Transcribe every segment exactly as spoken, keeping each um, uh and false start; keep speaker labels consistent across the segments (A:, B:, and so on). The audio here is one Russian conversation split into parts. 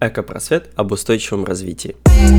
A: Экопросвет об устойчивом развитии.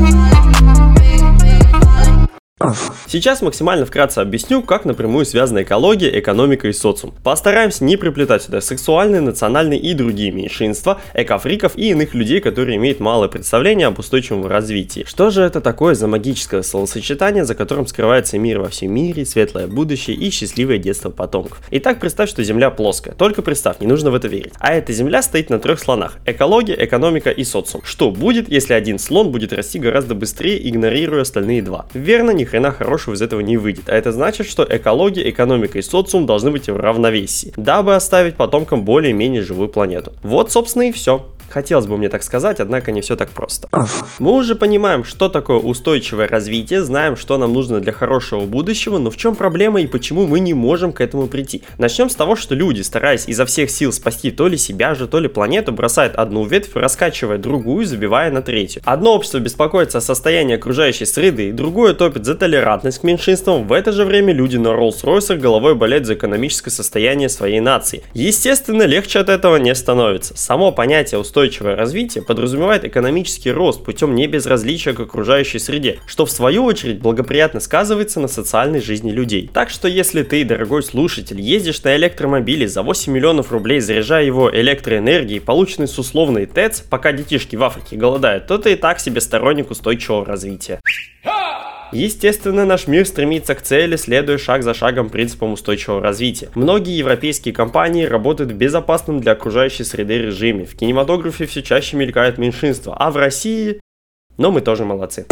A: Сейчас максимально вкратце объясню, как напрямую связана экология, экономика и социум. Постараемся не приплетать сюда сексуальные, национальные и другие меньшинства, экофриков и иных людей, которые имеют малое представление об устойчивом развитии. Что же это такое за магическое словосочетание, за которым скрывается мир во всем мире, светлое будущее и счастливое детство потомков? Итак, представь, что Земля плоская. Только представь, не нужно в это верить. А эта Земля стоит на трех слонах: экология, экономика и социум. Что будет, если один слон будет расти гораздо быстрее, игнорируя остальные два? Верно, ни хрена хорошего из этого не выйдет. А это значит, что экология, экономика и социум должны быть в равновесии, дабы оставить потомкам более-менее живую планету. Вот, собственно, и все. Хотелось бы мне так сказать, однако не все так просто. Мы уже понимаем, что такое устойчивое развитие, знаем, что нам нужно для хорошего будущего, но в чем проблема и почему мы не можем к этому прийти? Начнем с того, что люди, стараясь изо всех сил спасти то ли себя же, то ли планету, бросают одну ветвь, раскачивая другую, забивая на третью. Одно общество беспокоится о состоянии окружающей среды, другое топит за толерантность к меньшинствам, в это же время люди на Роллс-Ройсах головой болеют за экономическое состояние своей нации. Естественно, легче от этого не становится. Само понятие устойчивого Устойчивое развитие подразумевает экономический рост путем небезразличия к окружающей среде, что в свою очередь благоприятно сказывается на социальной жизни людей. Так что если ты, дорогой слушатель, ездишь на электромобиле за восемь миллионов рублей, заряжая его электроэнергией, полученной с условной ТЭЦ, пока детишки в Африке голодают, то ты и так себе сторонник устойчивого развития. Естественно, наш мир стремится к цели, следуя шаг за шагом принципам устойчивого развития. Многие европейские компании работают в безопасном для окружающей среды режиме. В кинематографе все чаще мелькают меньшинства, а в России... Но мы тоже молодцы.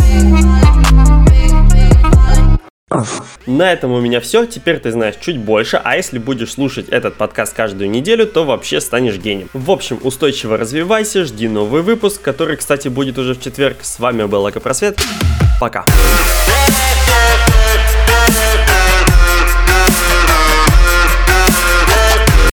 A: На этом у меня все, теперь ты знаешь чуть больше, а если будешь слушать этот подкаст каждую неделю, то вообще станешь гением. В общем, устойчиво развивайся, жди новый выпуск, который, кстати, будет уже в четверг. С вами был Экопросвет. Пока.